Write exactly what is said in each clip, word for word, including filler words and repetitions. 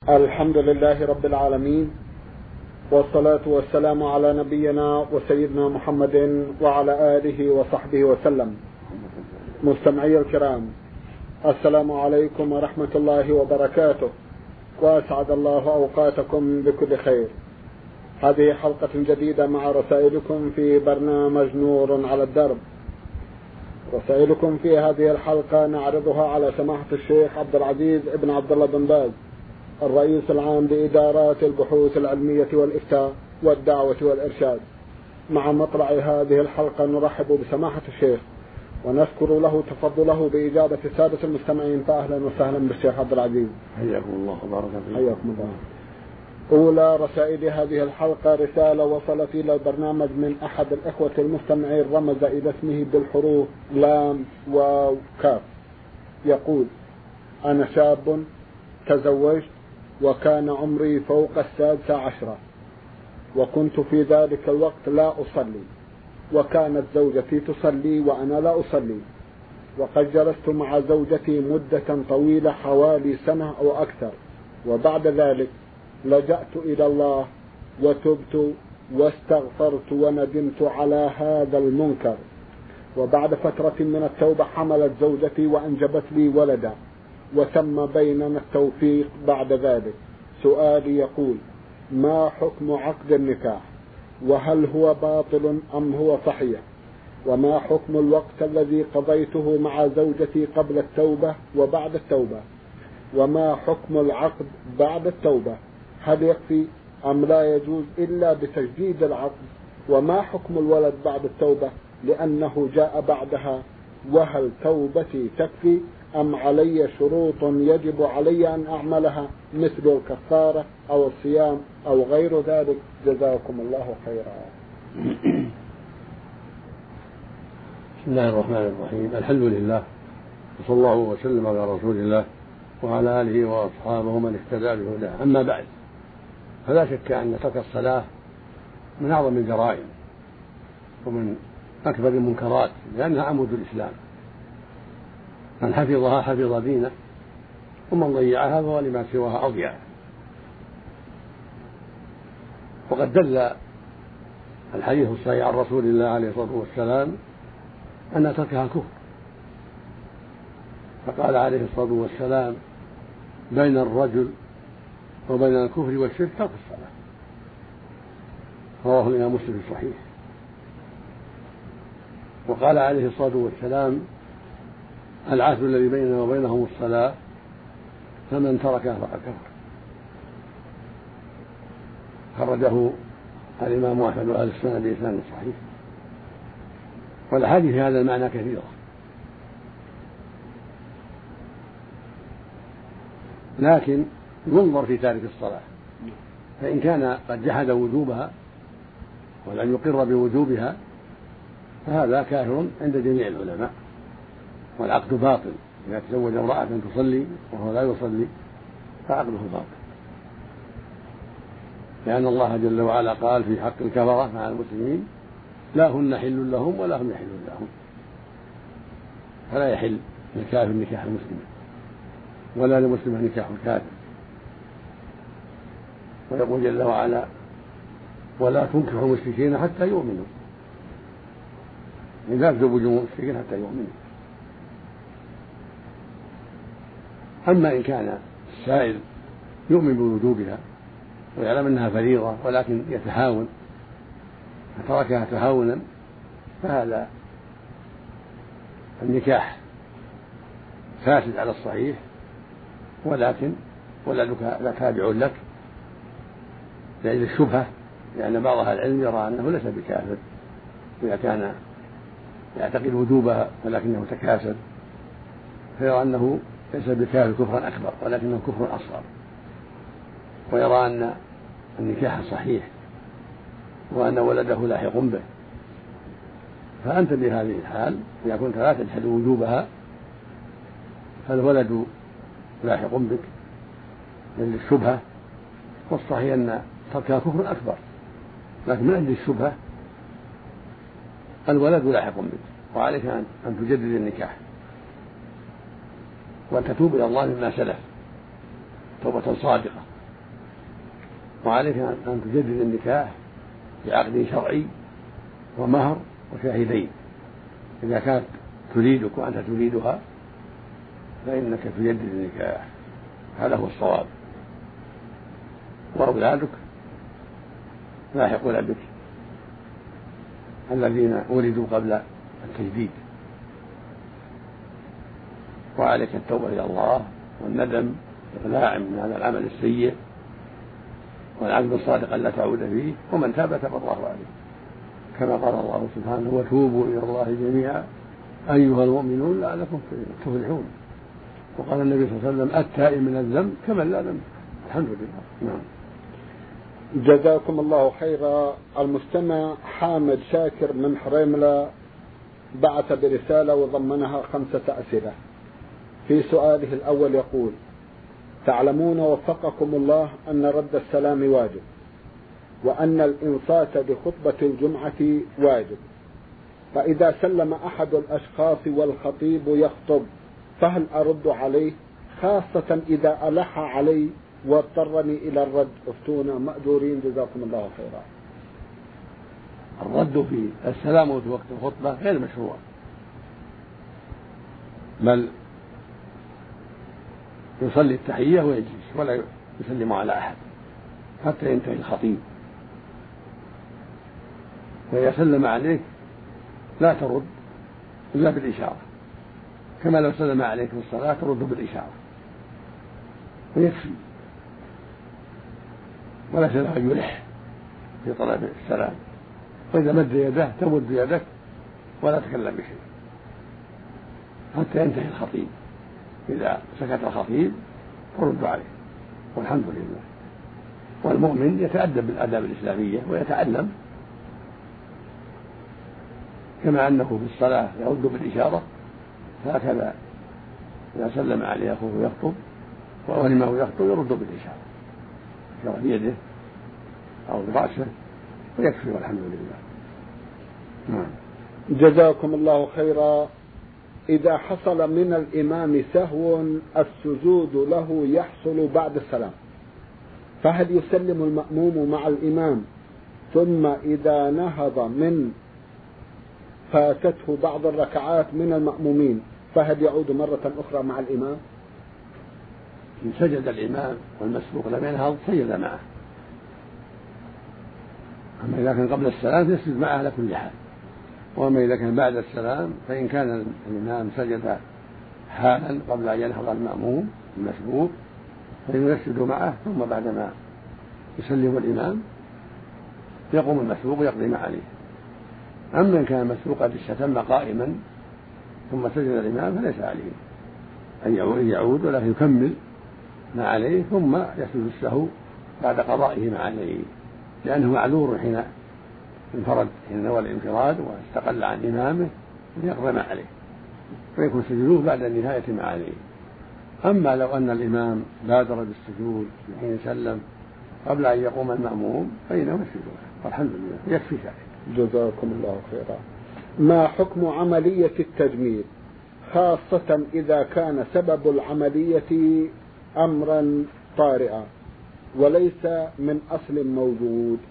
الحمد لله رب العالمين، والصلاة والسلام على نبينا وسيدنا محمد وعلى آله وصحبه وسلم. مستمعي الكرام، السلام عليكم ورحمة الله وبركاته، وأسعد الله أوقاتكم بكل خير. هذه حلقة جديدة مع رسائلكم في برنامج نور على الدرب. رسائلكم في هذه الحلقة نعرضها على سماحة الشيخ عبد العزيز ابن عبد الله بن باز، الرئيس العام لإدارات البحوث العلمية والإفتاء والدعوة والإرشاد. مع مطلع هذه الحلقة نرحب بسماحة الشيخ ونشكر له تفضله بإجابة السادة المستمعين، فأهلا وسهلا بالشيخ عبد العزيز. حياكم الله وبارك فيكم. حياكم الله. أولى رسائل هذه الحلقة رسالة وصلت إلى البرنامج من أحد الإخوة المستمعين، رمز إلى اسمه بالحروف لام واو كاف. يقول: أنا شاب تزوجت وكان عمري فوق السادسة عشرة، وكنت في ذلك الوقت لا أصلي، وكانت زوجتي تصلي وأنا لا أصلي، وقد جلست مع زوجتي مدة طويلة حوالي سنة أو أكثر، وبعد ذلك لجأت إلى الله وتبت واستغفرت وندمت على هذا المنكر، وبعد فترة من التوبة حملت زوجتي وأنجبت لي ولدا، وتم بيننا التوفيق بعد ذلك. سؤالي يقول: ما حكم عقد النكاح؟ وهل هو باطل أم هو صحيح؟ وما حكم الوقت الذي قضيته مع زوجتي قبل التوبة وبعد التوبة؟ وما حكم العقد بعد التوبة؟ هل يكفي أم لا يجوز إلا بتجديد العقد؟ وما حكم الولد بعد التوبة لأنه جاء بعدها؟ وهل توبتي تكفي أم علي شروط يجب علي أن أعملها مثل الكفارة أو الصيام أو غير ذلك؟ جزاكم الله خيرا. بسم الله الرحمن الرحيم. الحمد لله، وصلى الله وسلم على رسول الله وعلى آله وأصحابه من اهتدى بهداه. أما بعد، فلا شك أن ترك الصلاة من أعظم الجرائم ومن أكبر المنكرات، لأنها عمود الإسلام. من حفظها حفظ دينه، ومن ضيعها فهو لما سواها أضيع. وقد دل الحديث الصحيح عن رسول الله عليه الصلاة والسلام أن تركها كفر، فقال عليه الصلاة والسلام: بين الرجل وبين الكفر والشرك ترك الصلاة. رواه الإمام مسلم في الصحيح. وقال عليه الصلاة والسلام: العهد الذي بيننا وبينهم الصلاة، فمن تركها فقد كفر. خرجه الإمام أحمد وأهل السنة بإسناد صحيح. والأحاديث في هذا المعنى كثيرة، لكن ينظر في تارك الصلاة، فإن كان قد جحد وجوبها ولم يقر بوجوبها فهذا كافر عند جميع العلماء، والعقد باطل. إذا تزوج امرأة تصلي وهو لا يصلي فعقده باطل، لأن الله جل وعلا قال في حق الكفرة مع المسلمين: لا هن حل لهم ولا هم يحلون لهم. فلا يحل للكافر نكاح المسلم، ولا لمسلم نكاح الكافر. ويقول جل وعلا: ولا تنكحوا المشركين حتى يؤمنوا. لا تزوجوا المشركين حتى يؤمنوا. أما إن كان السائل يؤمن بوجوبها ويعلم أنها فريضة ولكن يتهاون فتركها تهاونا، فهذا النكاح فاسد على الصحيح، ولكن ولدك لا تابع لك لأجل الشبهة، لأن بعض أهل العلم يرى أنه ليس بكافر إذا كان يعتقد وجوبها ولكنه تكاسل، فيرى أنه ليس بكافر كفرا أكبر ولكنه كفر أصغر، ويرى أن النكاح صحيح وأن ولده لاحق به. فأنت بهذه الحال إذا كنت لا تجحد وجوبها فالولد لاحق بك للشبهة، والصحيح أن تركها كفر أكبر، لكن من أجل الشبهة الولد لاحق بك، وعليك أن تجدد النكاح وأن تتوب إلى الله مما سلف توبة صادقة، وعليك أن تجدد النكاح بعقد شرعي ومهر وشاهدين. إذا كانت تريدك وأنت تريدها فإنك تجدد النكاح، هذا هو الصواب. وأولادك لاحقون بك الذين ولدوا قبل التجديد، وعليك التوبة إلى الله والندم والإقلاع من هذا العمل السيء والعزم الصادق ألا تعود فيه، ومن تاب تاب الله عليه، كما قال الله سبحانه: وتوبوا إلى الله جميعا أيها المؤمنون لعلكم تفلحون. وقال النبي صلى الله عليه وسلم: التائب من الذنب كمن لا ذنب. الحمد لله. نعم. جزاكم الله خيرا. المستمع حامد شاكر من حريملة بعث برسالة وضمنها خمسة أسئلة. في سؤاله الأول يقول: تعلمون وفقكم الله أن رد السلام واجب، وأن الإنصات بخطبة الجمعة واجب، فإذا سلم أحد الأشخاص والخطيب يخطب فهل أرد عليه، خاصة إذا ألح علي واضطرني إلى الرد؟ افتونا مأجورين جزاكم الله خيرا. الرد في السلام في وقت الخطبة غير مشروع، بل يصلي التحية ويجلس ولا يسلم على أحد حتى ينتهي الخطيب. وإذا سلم عليك لا ترد إلا بالإشارة، كما لو سلم عليك في الصلاة ترد بالإشارة ويكفي، ولا له أن يلح في طلب السلام. وإذا مد يده تمد يدك ولا تكلم بشيء حتى ينتهي الخطيب. إذا سكت الخطيب ترد عليه، والحمد لله. والمؤمن يتأدب بالآداب الإسلامية ويتعلم، كما أنه في الصلاة يرد بالإشارة، هكذا إذا سلم عليه أخوه يخطب وأولمه يخطب يرد بالإشارة، إشارة بيده أو برأسه ويكفي، والحمد لله. نعم. جزاكم الله خيرا. إذا حصل من الإمام سهو السجود له يحصل بعد السلام، فهل يسلم المأموم مع الإمام ثم إذا نهض من فاتته بعض الركعات من المأمومين فهل يعود مرة أخرى مع الإمام؟ إن سجد الإمام والمسبوق لم ينهض سجد معه، أما إذا كان قبل السلام يسجد معه على كل حال. وأما إذا كان بعد السلام فإن كان الإمام سجد حالا قبل أن ينهض المأموم المسبوق فإنه يسجد معه، ثم بعدما يسلم الإمام يقوم المسبوق يقضي ما عليه. أما إن كان المسبوق قد استتم قائما ثم سجد الإمام فليس عليه أن يعود، ولكن يكمل ما عليه ثم يسجد السهو بعد قضائه ما عليه، لأنه معذور حين انفرد، حين نوى الانفراد واستقل عن إمامه يقضي ما عليه، فيكون سجوده بعد نهاية ما عليه. أما لو أن الإمام بادر بالسجود حين سلم قبل أن يقوم المأموم فإنه يسجد له، والحمد لله يكفي ذلك. جزاكم الله خيرا. ما حكم عملية التجميل، خاصة إذا كان سبب العملية أمرا طارئا وليس من أصل موجود؟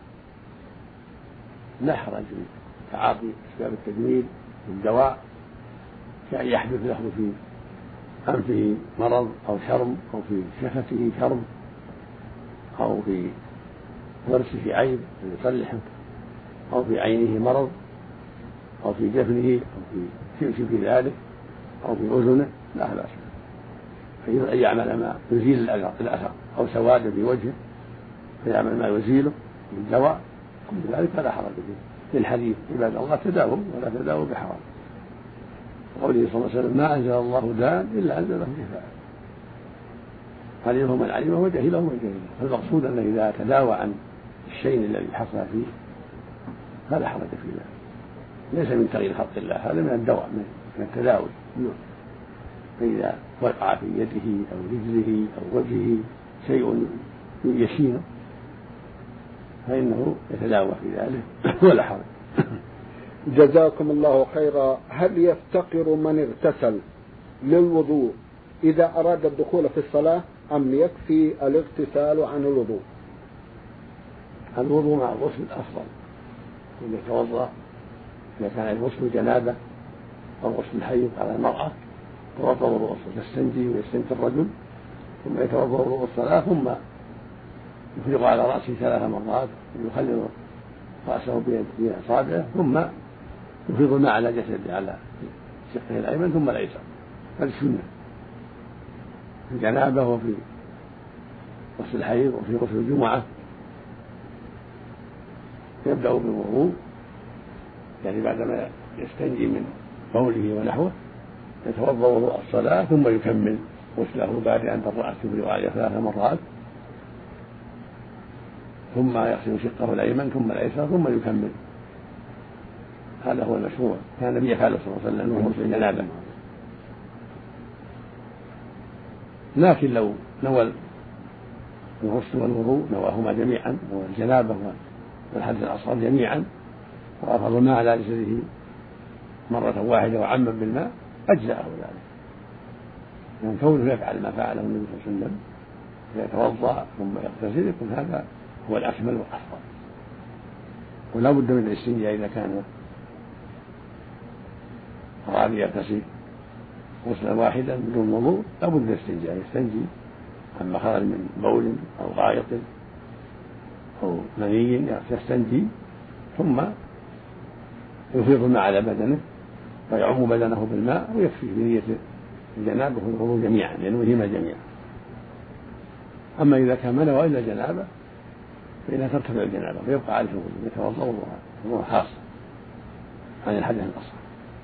لا حرج في تعاطي أسباب التجميل بالدواء، كأن يحدث له في أنفه مرض أو شرم، أو في شفته شرم، أو في ضرسه عيب يصلحه، أو في عينه مرض، أو في جفنه، أو في شمشم في ذلك، أو في أذنه، لا بأس أن يعمل ما يزيل الأثر، أو سواد في وجهه فيعمل ما يزيله بالدواء، كل ذلك فلا حرج فيه. للحديث عباد الله تداووا ولا تداووا بحرام، وقوله صلى الله عليه وسلم: ما أنزل الله داء إلا أنزله شفاء، علمه من علمه وجهله من جهله. فالمقصود أنه إذا تداوى عن الشيء الذي حصل فيه فلا حرج في ذلك، ليس من تغيير خلق الله، هذا من الدواء من التداوي. فإذا وقع في يده أو رجله أو وجهه شيء يشينه فإنه يتداوى في ذلك ولا حرج. جزاكم الله خيرا. هل يفتقر من اغتسل للوضوء إذا أراد الدخول في الصلاة أم يكفي الاغتسال عن الوضوء؟ الوضوء مع الغسل أفضل، إذا يتوضأ إذا كان الغسل جنابة أو غسل الحيض على المرأة توضأ وضوء الصلاة، تستنجي ويستنجي الرجل ثم يتوضأ وضوء الصلاة ثم يفرغ على رأسه ثلاث مرات ويخلل رأسه بأصابعه ثم يفيض الماء على جسده على شقه الأيمن ثم الأيسر. هذه السنة في الجنابة وفي غسل الحيض وفي غسل الجمعة. يبدأ بالوضوء يعني بعدما يستنجي من بوله ونحوه يتوضأ وضوء الصلاة ثم يكمل غسله بعد أن الرأس يفرغ عليه ثلاث مرات ثم يغسل شقه الأيمن ثم الأيسر ثم يكمل. هذا هو المشروع، كان النبي يفعله صلى الله عليه وسلم في غسل الجنابة. لكن لو نوى الغسل والوضوء نواهما جميعا والجنابة والحدث الأصغر جميعا وأفاض الماء على جسده مرة واحدة وعمم بالماء أجزأه ذلك، يعني كونه يفعل ما فعله النبي صلى الله عليه وسلم فيتوضأ ثم يغتسل يكون هذا هو الأكمل والأفضل. ولا بد من الاستنجاء إذا كان أراد يغتسل غسلا واحدا بدون وضوء لا بد من الاستنجاء، يستنجي عما خرج من بول أو غائط أو مني يستنجي ثم يفيض الماء على بدنه ويعم بدنه بالماء ويكفي بنية الجنابة والوضوء جميعا ينويهما جميعا. أما إذا كان ما نوى إلا الجنابة فإنها ترتفع الجنابة ويبقى عليه الوضوء يتوضأ وضوءا خاصا عن الحدث الأصغر.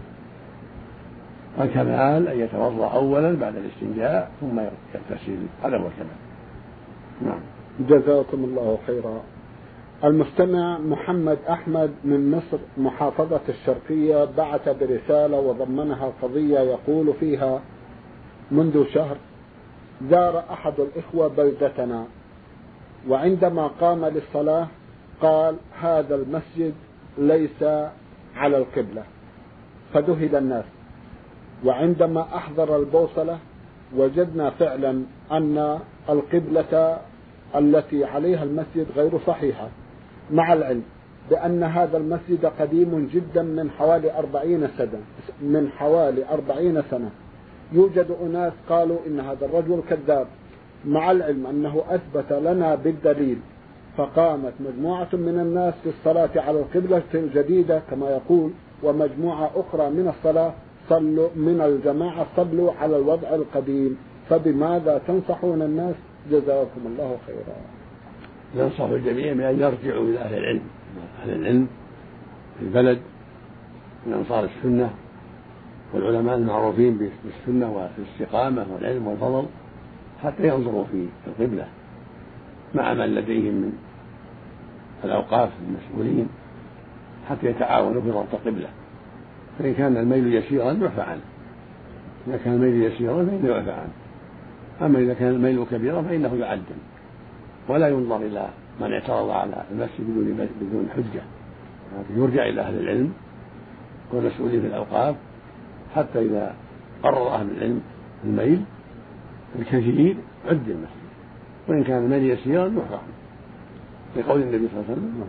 والكمال أن يتوضأ أولا بعد الاستنجاء ثم يغتسل، هذا هو الكمال. نعم. جزاكم الله خيرا. المستمع محمد أحمد من مصر محافظة الشرقية بعث برسالة وضمنها قضية يقول فيها: منذ شهر زار أحد الإخوة بلدتنا وعندما قام للصلاة قال: هذا المسجد ليس على القبلة، فذهل الناس. وعندما أحضر البوصلة وجدنا فعلا أن القبلة التي عليها المسجد غير صحيحة، مع العلم بأن هذا المسجد قديم جدا من حوالي أربعين سنة من حوالي أربعين سنة. يوجد أناس قالوا إن هذا الرجل كذاب، مع العلم أنه أثبت لنا بالدليل. فقامت مجموعة من الناس في الصلاة على القبلة الجديدة كما يقول، ومجموعة أخرى من الصلاة صلوا من الجماعة صلوا على الوضع القديم، فبماذا تنصحون الناس؟ جزاكم الله خيرا. ننصح الجميع بأن يرجعوا إلى أهل العلم، أهل العلم في البلد من أنصار السنة والعلماء المعروفين بالسنة والاستقامة والعلم والفضل، حتى ينظروا في القبلة مع من لديهم من الأوقاف المسؤولين حتى يتعاونوا في ضبط القبلة. فإن كان الميل يسيرا يعفى عنه، إذا كان الميل يسيرا فإنه يعفى عنه، أما إذا كان الميل كبيرا فإنه يعدل، ولا ينظر إلى من اعترض على المسجد بدون بدون حجة، يرجع إلى أهل العلم والمسؤولين في الأوقاف حتى إذا قرر أهل العلم الميل الكثير عد المسجد، وإن كان الميل يسيرا يعفى عنه، لقول النبي صلى الله عليه وسلم: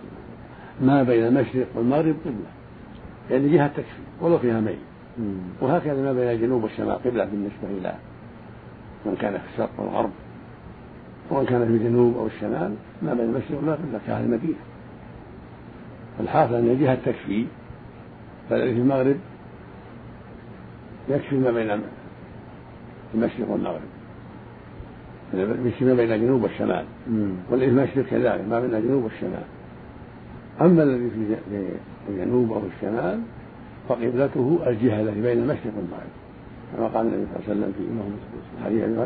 ما بين المشرق والمغرب قبلة، يعني جهة تكفي ولو فيها ميل. وهكذا ما بين الجنوب والشمال قبلة بالنسبة إلى من كان في الشرق والغرب، ومن كان في الجنوب أو الشمال ما بين المشرق والمغرب قبلة كأهل المدينة. الحاصل أن الجهة تكفي، فالذي في المغرب يكفي ما بين المشرق والمغرب، يكفي ما بين الجنوب والشمال، والذي في المشرق كذلك ما بين الجنوب والشمال. أما الذي في الجنوب أو الشمال فقبلته الجهة التي بين المشرق والمغرب، كما قال النبي صلى الله عليه وسلم في حديث أبي هريرة.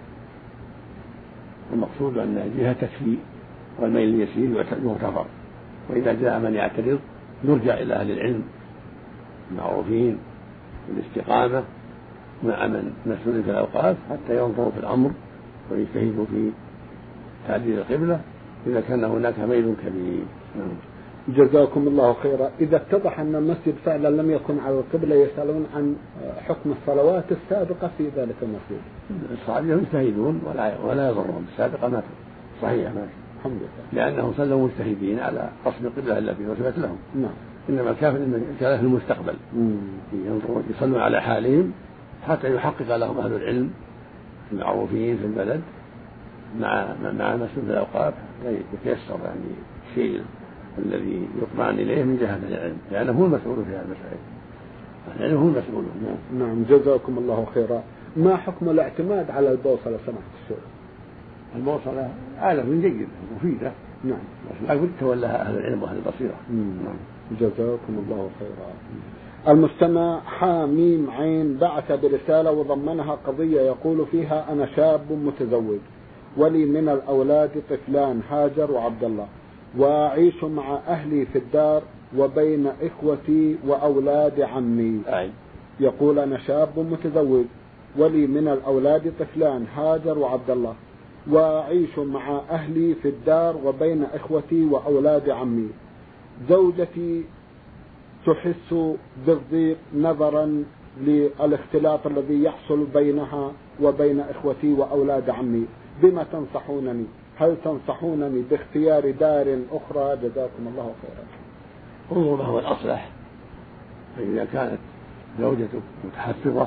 المقصود أن الجهة تكفي والميل اليسير يغتفر، وإذا جاء من يعترض نرجع إلى أهل العلم المعروفين بالاستقامة مع من مسؤول في الأوقاف حتى ينظروا في الأمر ويجتهدوا في تعديل القبلة إذا كان هناك ميل كبير. جزاكم الله خيرا. إذا اتضح أن المسجد فعلا لم يكن على القبلة يسألون عن حكم الصلوات السابقة في ذلك المسجد. الصحابة يجتهدون ولا ولا يضرهم، السابقة ما صحيحة ماشي. الحمد لله. لأنهم صلوا مجتهدين على قصد القبلة التي وجبت لهم. نعم. إنما الكافر كان في المستقبل ينظرون يصلون على حالهم حتى يحقق لهم أهل العلم المعروفين في البلد مع مع مسؤول الأوقاف يتيسر يعني الشيء الذي يطمئن إليه من جهة العلم، لأنه هو المسؤول في هذه المسائل. العلم هو المسؤول. نعم جزاكم الله خيرا. ما حكم الاعتماد على البوصلة سماحة الشيخ؟ البوصلة آلة جيدة مفيدة. نعم. بس لا بد تولاها أهل العلم وأهل البصيرة. نعم. جزاكم الله خيرا. المستمع حاميم عين بعث برسالة وضمنها قضية يقول فيها: أنا شاب متزوج ولي من الأولاد طفلان هاجر وعبد الله، وأعيش مع أهلي في الدار وبين إخوتي وأولاد عمي. أي. يقول: أنا شاب متزوج ولي من الأولاد طفلان هاجر وعبد الله، وأعيش مع أهلي في الدار وبين إخوتي وأولاد عمي. زوجتي تحس بالضيق نظرا للاختلاط الذي يحصل بينها وبين إخوتي وأولاد عمي، بما تنصحونني؟ هل تنصحونني باختيار دار أخرى؟ جزاكم الله خيرا. انظر ما هو الأصلح. فإذا كانت زوجتك متحفظة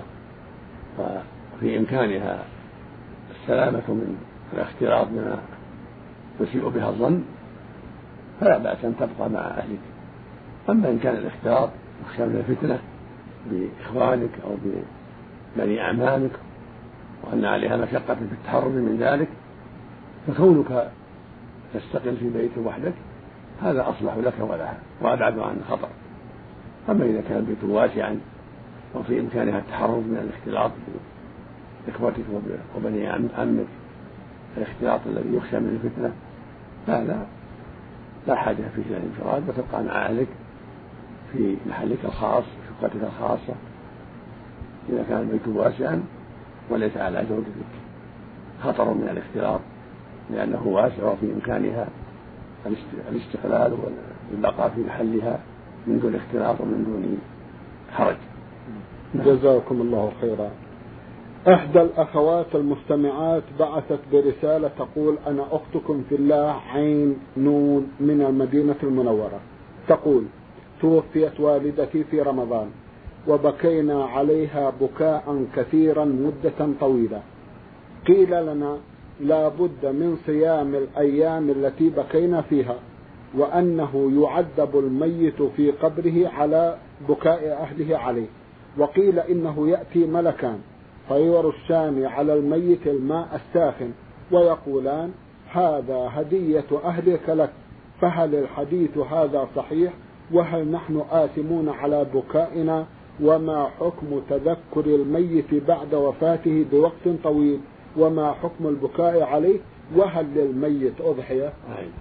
وفي إمكانها السلامة من الاختلاط بما تسيء بها الظن فلا بأس أن تبقى مع أهلك. أما إن كان الاختلاط يخشى من الفتنة بإخوانك أو ببني أعمامك وأن عليها مشقة في التحرر من ذلك، فكونك تستقل في بيت وحدك هذا أصلح لك ولها وأبعد عن الخطر. أما إذا كان البيت واسعا وفي إمكانها التحرر من الاختلاط بإخوتك وبني عمك الاختلاط الذي يخشى من الفتنة، فهذا لا حاجة فيه إلى الانفراد، وتبقى مع أهلك في محلك الخاص شقتك الخاصة إذا كان البيت واسعا وليس على زوجتك خطر من الاختلاط، لأنه واسع وفي إمكانها الاستقلال والبقاء في محلها من دون اختلاط ومن دون حرج. جزاكم الله خيرا. إحدى الأخوات المستمعات بعثت برسالة تقول: أنا أختكم في الله عين نون من المدينة المنورة. تقول: توفيت والدتي في رمضان وبكينا عليها بكاء كثيرا مدة طويلة. قيل لنا لا بد من صيام الأيام التي بكينا فيها، وأنه يعذب الميت في قبره على بكاء أهله عليه، وقيل إنه يأتي ملكان فيرشان على الميت الماء الساخن ويقولان: هذا هدية أهلك لك. فهل الحديث هذا صحيح؟ وهل نحن آثمون على بكائنا؟ وما حكم تذكر الميت بعد وفاته بوقت طويل؟ وما حكم البكاء عليه؟ وهل للميت أضحية؟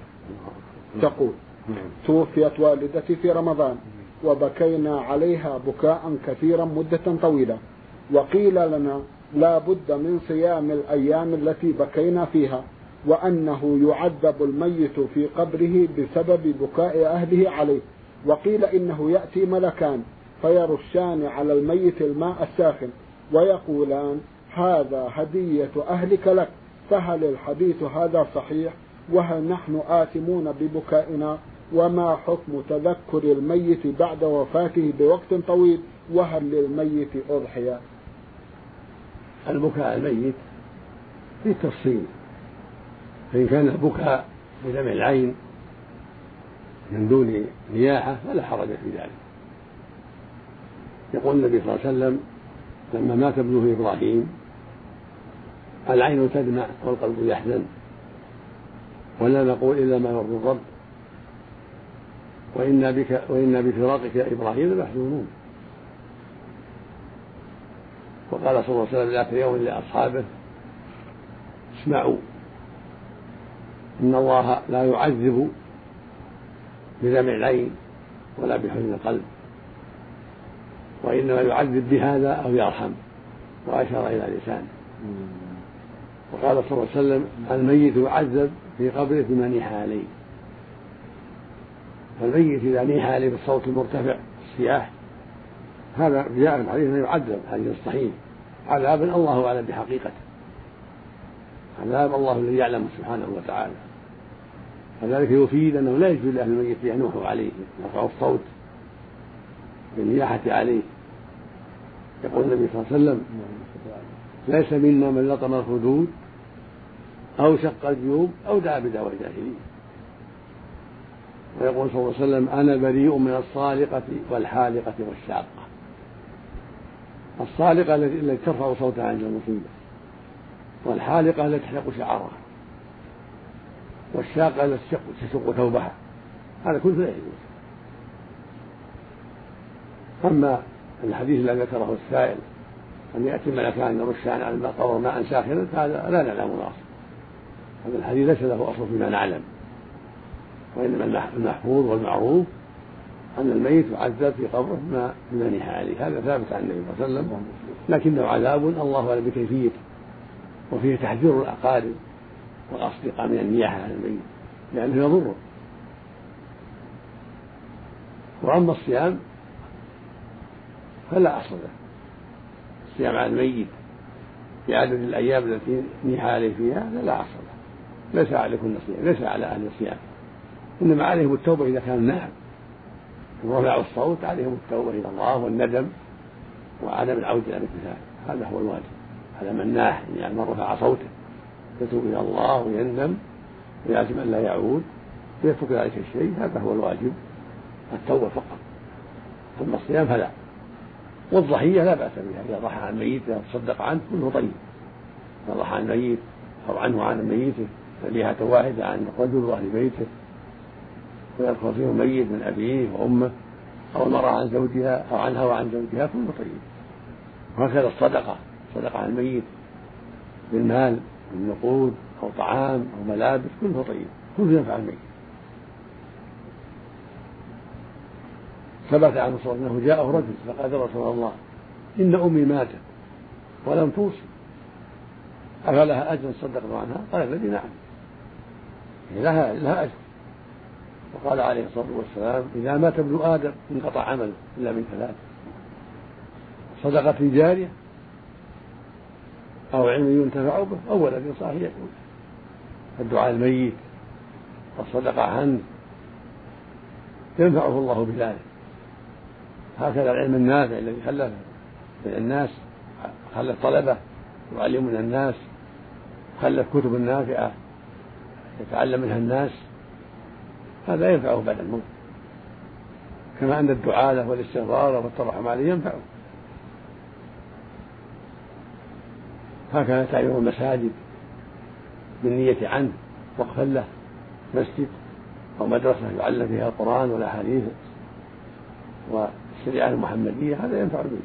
تقول: توفيت والدتي في رمضان وبكينا عليها بكاء كثيرا مدة طويلة، وقيل لنا لا بد من صيام الأيام التي بكينا فيها، وأنه يعذب الميت في قبره بسبب بكاء أهله عليه، وقيل إنه يأتي ملكان فيرشان على الميت الماء الساخن ويقولان: هذا هدية أهلك لك. فهل الحديث هذا صحيح؟ وهل نحن آثمون ببكائنا؟ وما حكم تذكر الميت بعد وفاته بوقت طويل؟ وهل للميت أضحية؟ البكاء الميت في تفصيل، فإن كان البكاء بدمع العين من دون نياحة فلا حرج في ذلك. يقول النبي صلى الله عليه وسلم لما مات ابنه إبراهيم: العين تدمع والقلب يحزن، ولا نقول إلا ما يرضي الرب، وإنا بك وإنا بفراقك يا إبراهيم لمحزونون. وقال صلى الله عليه وسلم ذات يوم لأصحابه: اسمعوا، إن الله لا يعذب بدمع العين ولا بحزن القلب، وإنما يعذب بهذا أو يرحم، وأشار إلى لسانه. وقال صلى الله عليه وسلم: الميت يعذب في قبره بما نيح عليه. فالميت إذا نيح عليه بالصوت المرتفع الصياح هذا جاء في الحديث أنه يعذب حديث صحيح عذابا الله أعلم بحقيقته، عذاب الله الذي يعلم سبحانه وتعالى. وذلك يفيد أنه لا يجوز لأهل الميت ينوحوا عليه يرفعوا الصوت بالنياحة عليه. يقول النبي صلى الله عليه وسلم ليس منا من لطم الخدود أو شق الجيوب أو دعا بدعوى الجاهلية. ويقول صلى الله عليه وسلم أنا بريء من الصالقة والحالقة والشاقة. الصالقة التي ترفع صوتها عند المصيبة، والحالقة التي تحلق شعرها، والشاقة التي تشق ثوبها، هذا كله لا يجوز. أما الحديث الذي ذكره السائل أن يأتي ملكان يرشان على المقبر ماء ساخنا فهذا لا نعلم الأصل، هذا الحديث ليس له أصل فيما نعلم، وإنما المحفوظ والمعروف أن الميت يعذب في قبره بما نيح عليه، هذا ثابت عن النبي صلى الله عليه وسلم، لكنه عذاب الله أعلم بكيفيته، وفيه تحذير الأقارب والأصدقاء من النياحة على الميت لأنه يضره. وأما الصيام فلا أصل له، الصيام على الميت في عدد الأيام التي نيح عليه فيها لا أصل له، ليس عليكم صيام، ليس على أهل الصيام، إنما عليهم التوبة إذا كان نعم ورفعوا الصوت، عليهم التوبة إلى الله والندم وعدم العودة إلى مثل ذلك، هذا هو الواجب على من ناح، يعني من رفع صوته يتوب إلى الله ويندم ويعزم أن لا يعود ويترك ذلك الشيء، هذا هو الواجب التوبة فقط. ثم الصيام فلا. والضحية لا بأس بها، إذا ضحى عن ميته تصدق عنه كله طيب، إذا ضحى عن ميت أو عنه عن ميته ذبيحة واحدة عن رجل وأهل بيته ويدخل فيه ميت من أبيه وأمه أو المرأة عن زوجها أو عنها وعن زوجها كله طيب. وهكذا الصدقة، صدقة عن الميت بالمال بالنقود أو طعام أو ملابس كله طيب، كله ينفع الميت. ثبت عن الرسول أنه جاءه رجل فقال رسول الله إن أمي ماتت ولم توصي أفلها أجر صدقت عنها؟ قال الذي نعم لها لها أجر. وقال عليه الصلاة والسلام إذا مات ابن آدم انقطع عمله إلا من ثلاث: صدقة جارية أو علم ينتفع به أو ولد صالح يدعو له. الدعاء الميت والصدقة عنه ينفعه الله بذلك. هكذا العلم النافع الذي خلف الناس، خلف طلبة يعلمون الناس، خلف كتب نافعة يتعلم منها الناس، هذا ينفعه بعد الموت، كما أن الدعاء له والاستغفار والترحم عليه ينفعه. هكذا تعمير المساجد بالنية عنه وقفا له، مسجد أو مدرسة يعلم فيها القرآن والأحاديث والشريعة المحمدية، هذا ينفع به.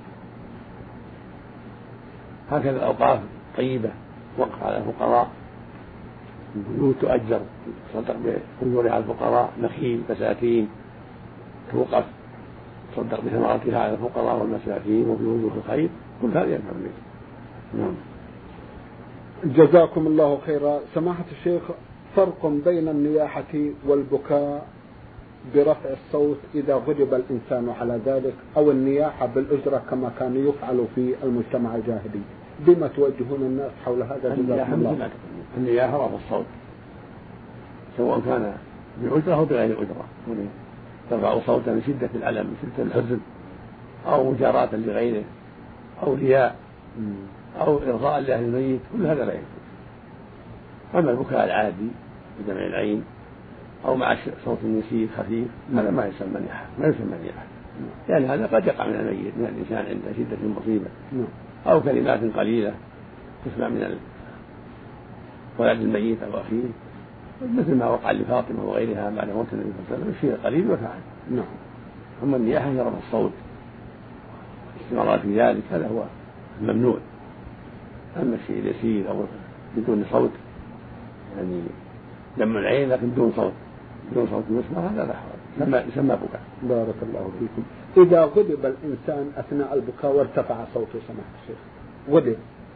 هكذا الأوقاف طيبة وقف على الفقراء، البيوت تؤجر تصدق بأجورها على الفقراء، نخيل بساتين توقف تصدق بثمرتها على الفقراء والمساكين وفي وجوه الخير، كل هذا ينفع به. نعم. جزاكم الله خيرا. سماحة الشيخ، فرق بين النياحة والبكاء برفع الصوت إذا غضب الإنسان على ذلك، أو النياحة بالأجرة كما كان يفعل في المجتمع الجاهلي، بما توجهون الناس حول هذا؟ جزاكم الله. النياحة رفع الصوت سواء كان بأجرة أو بغير أجرة، ترفع صوتا من شدة الألم من شدة الحزن أو مجاراة لغيره أو رياء أو إرضاء لأهل الميت، كل هذا لا يجوز. أما البكاء العادي بدمع العين أو مع صوت نسيب خفيف هذا ما يسمى نياحة، ما يسمى نياحة، يعني هذا قد يقع من الميت من الإنسان عند شدة المصيبة أو كلمات قليلة تسمع من ولد الميت أو أخيه، مثل ما وقع لفاطمة وغيرها بعد موت النبي صلى الله عليه وسلم، الشيء قليل وفعل. نعم. أما النياحة هي رفع الصوت استمرار في ذلك، هذا هو الممنوع. أما الشيء اليسير أو بدون صوت، يعني دمع العين لكن بدون صوت بدون صوت يسمع، هذا لا حرج، يسمى بكاء. بارك الله فيكم. إذا غضب الإنسان أثناء البكاء وارتفع صوته سماحة الشيخ، غضب،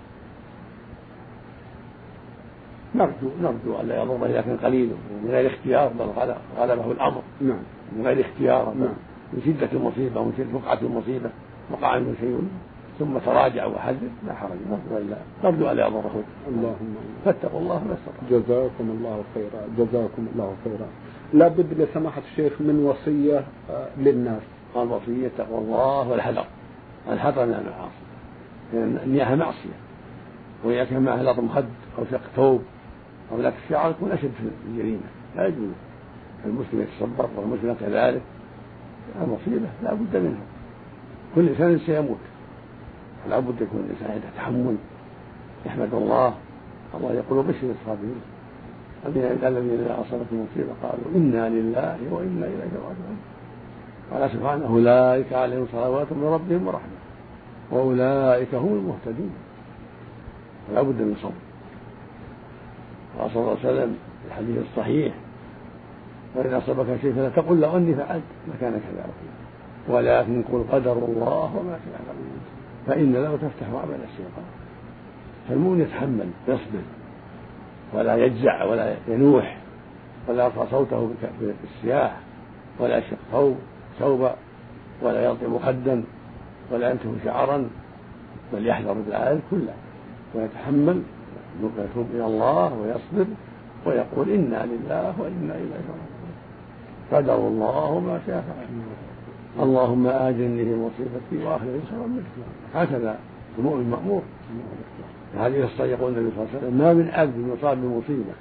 نرجو نرجو ألا يضر إذا كان قليل من غير اختيار بل غلبه الأمر. نعم. من غير اختيار. نعم. من شدة المصيبة ومن شدة وقعة المصيبة وقع منه شيء ثم تراجع وحدث لا حرج، نرجو ألا يضره. اللهم فاتقوا الله ما استطعتم. جزاكم الله خيرا، جزاكم الله خيرا. لا بد لسماحة الشيخ من وصية للناس. الوصية تقوى الله والحذر، الحذر من المعاصي، لأن النياحة معصية، وإذا كان معها لطم خد أو شق ثوب أو لك الشعر يكون أشد في الجريمة، لا يجوز. المسلم يتصبر والمسلم كذلك، المصيبة لا بد منها، كل إنسان سيموت، لا بد يكون الإنسان يتحمل، يحمد الله. الله يقول بشر الصابرين الذين إذا أصابتهم مصيبة قالوا إنا لله وإنا إليه راجعون. قال سبحانه أولئك عليهم صلوات من ربهم ورحمة وأولئك هم المهتدون. لا بد من صبر. قال صلى الله عليه وسلم في الحديث الصحيح وإن أصابك شيء فلا تقل لو أني فعلت لكان كذلك، ولكن قل قدر الله وما شاء فإن له تفتح أعمال الشيطان. فالمؤمن يتحمل يصبر ولا يجزع ولا ينوح ولا يرفع صوته بالسياح ولا يشق ثوب ثوبا ولا يلطم خدا ولا ينتف شعرا، بل يحذر بالآيات كلها ويتحمل ويتوب إلى الله ويصبر ويقول إنا لله وإنا إليه راجعون. قدر الله وما شاء فعل. اللهم آجرني في مصيبتي وأخلفني خيرا منها. هكذا المؤمن مأمور. هذه الصلاة يقول النبي صلى الله عليه وسلم ما من عبد يصاب بمصيبة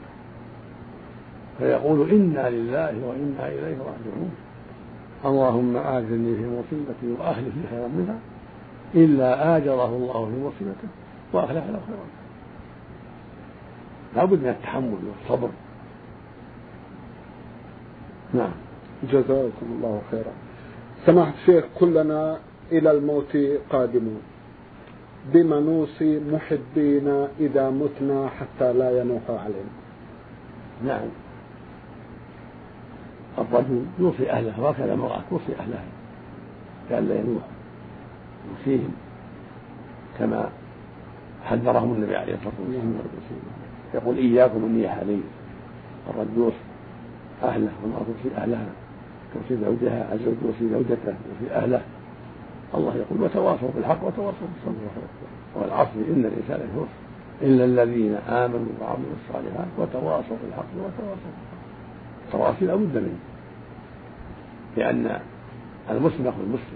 فيقول إنا لله وإنا إليه راجعون اللهم آجرني في مصيبتي وأخلف لي خيرا منها إلا آجره الله في مصيبته وأخلف له خيرا منها. لا بد من التحمل والصبر. نعم. جزاكم الله خيرا. سماحة الشيخ كلنا إلى الموت قادمون، بما نوصي محبين إذا متنا حتى لا ينوح علينا؟ نعم، الرجل يوصي أهله وكذا المرأة توصي أهلها كأن لا ينوح، يوصيهم كما حذرهم النبي عليه الصلاة والسلام، يقول إياكم النياح عليه. الرجل يوصي أهله والمرأة توصي أهلها، توصي زوجها، الزوج يوصي زوجته، يوصي أهله. الله يقول وتواصوا بالحق وتواصوا بالصبر والعصر إن الإنسان لفي إلا الذين آمنوا وعملوا الصالحات وتواصوا بالحق وتواصوا بالصبر. التواصي لا بد منه، لأن المسلم أخو المسلم،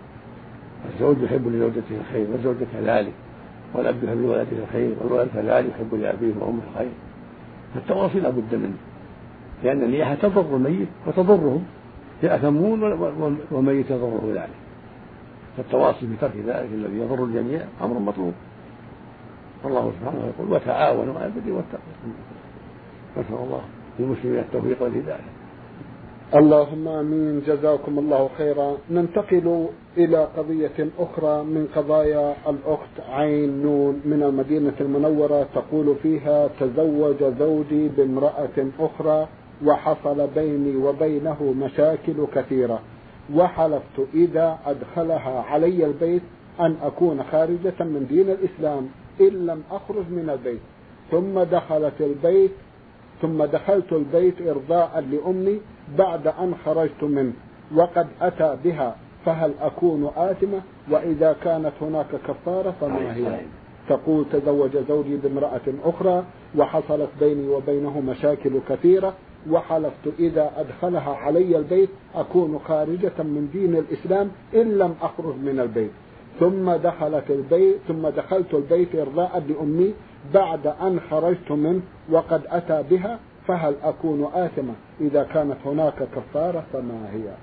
الزوج يحب لزوجته الخير والزوجة كذلك، والأب يحب لولده الخير والولد كذلك يحب لأبيه وأمه الخير. فالتواصي لا بد منه، لأن النياحة تضر الميت وتضرهم، يأثمون والميت يضره ذلك. فالتواصي بترك ذلك الذي يضر الجميع أمر مطلوب. الله سبحانه يقول وتعاونوا على البر والتقوى. نسأل الله للمسلمين التوفيق والهداية. اللهم آمين. جزاكم الله خيرا. ننتقل إلى قضية أخرى من قضايا الأخت عين نون من المدينة المنورة، تقول فيها تزوج زوجي بامرأة أخرى وحصل بيني وبينه مشاكل كثيرة، وحلفت إذا أدخلها علي البيت أن أكون خارجة من دين الإسلام إن لم أخرج من البيت، ثم دخلت البيت ثم دخلت البيت إرضاء لأمي بعد أن خرجت منه وقد أتى بها، فهل أكون آثمة؟ وإذا كانت هناك كفارة فما هي؟ تقول تزوج زوجي بامرأة أخرى وحصلت بيني وبينه مشاكل كثيرة، وحلفت إذا أدخلها علي البيت أكون خارجة من دين الإسلام إن لم أخرج من البيت، ثم دخلت البيت ثم دخلت البيت إرضاء لأمي بعد أن خرجت منه وقد أتى بها، فهل أكون آثمة؟ إذا كانت هناك كفارة فما هي؟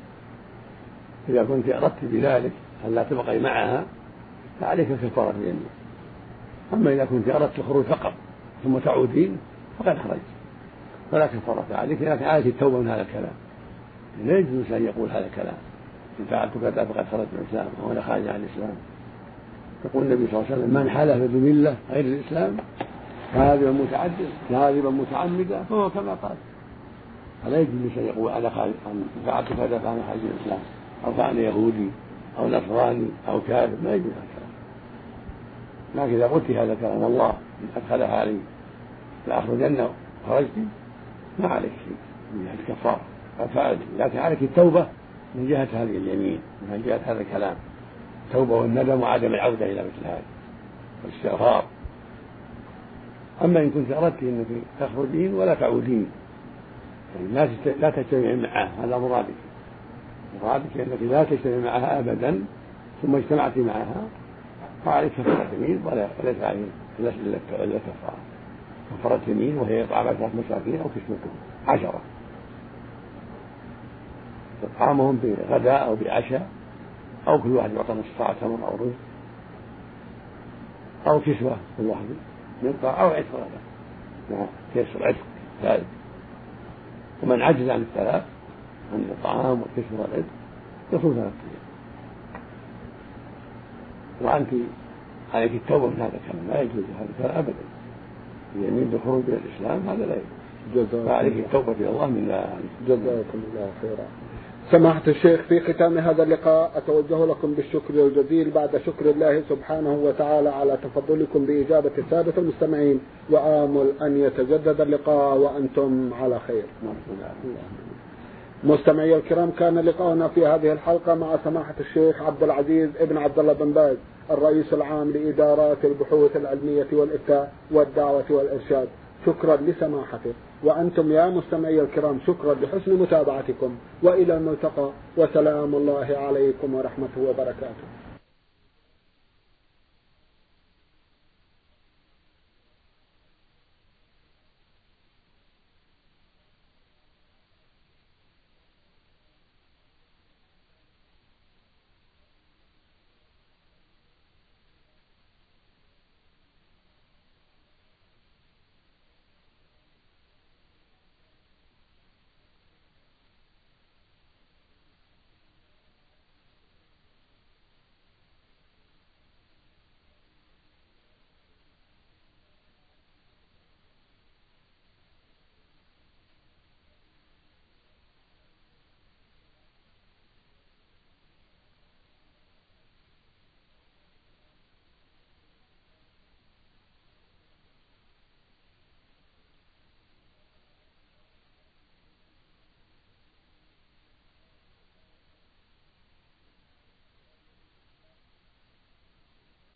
إذا كنت أردت بذلك أن لا تبقي معها فعليك كفارة اليمين. أما إذا كنت أردت الخروج فقط ثم تعودين فقد خرجت فلا كفارة عليك، لكن عليك التوبة من هذا الكلام. لا يجوز أن يقول هذا الكلام إن فعلت كذا فقد خرجت من الإسلام وأنا خارج عن الإسلام. يقول النبي صلى الله عليه وسلم من حلف بملة غير الإسلام كاذبا متعدد كاذبا متعمدا فهو كما قال. فلا يجوز أن يقول أنا خارج عن فعلت كذا فأنا خارج من الإسلام أو فأنا يهودي أو نصراني أو كاذب، لا يجوز هذا الكلام. لكن إذا قلت هذا الكلام والله إن أدخلها علي لأخرجن خرجت ما عليك شيء من جهة الكفارة فعلت، لكن عليك التوبة من جهة هذه اليمين من جهة هذا الكلام. التوبة والندم وعدم العودة إلى مثل هذا والاستغفار. أما إن كنت أردت أنك تخرجين ولا تعودين يعني لا تجتمع معها، هذا مرادك مرادك أنك لا تجتمع معها أبدا ثم اجتمعت معها فعليك كفارة يمين وليس عليك إلا كفارة كفارة يمين، وهي إطعام عشرة مساكين أو كسوتهم عشرة، إطعامهم بغداء أو بعشاء، أو كل واحد يعطى نصف ساعة تمر أو رز، أو كسوة كل واحد من طاعة، أو عتق غدا كسر عتق ثالث. ومن عجز عن الثلاث عن الطعام والكسوة والعتق يصوم ثلاثة أيام. وأنت عليك التوبة من هذا الكلام، لا يجوز هذا الكلام أبدا، اليمين بالخروج إلى الإسلام هذا لا يجوز، فعليك التوبة إلى الله من ذلك. جزاكم الله خيرا. سماحة الشيخ، في ختام هذا اللقاء أتوجه لكم بالشكر الجزيل بعد شكر الله سبحانه وتعالى على تفضلكم بإجابة السادة المستمعين، وآمل أن يتجدد اللقاء وأنتم على خير. مستمعي الكرام، كان لقاؤنا في هذه الحلقة مع سماحة الشيخ عبد العزيز ابن عبد الله بن باز، الرئيس العام لإدارات البحوث العلمية والإفتاء والدعوة والإرشاد. شكرا لسماحته، وأنتم يا مستمعي الكرام شكرا لحسن متابعتكم، وإلى الملتقى، وسلام الله عليكم ورحمته وبركاته.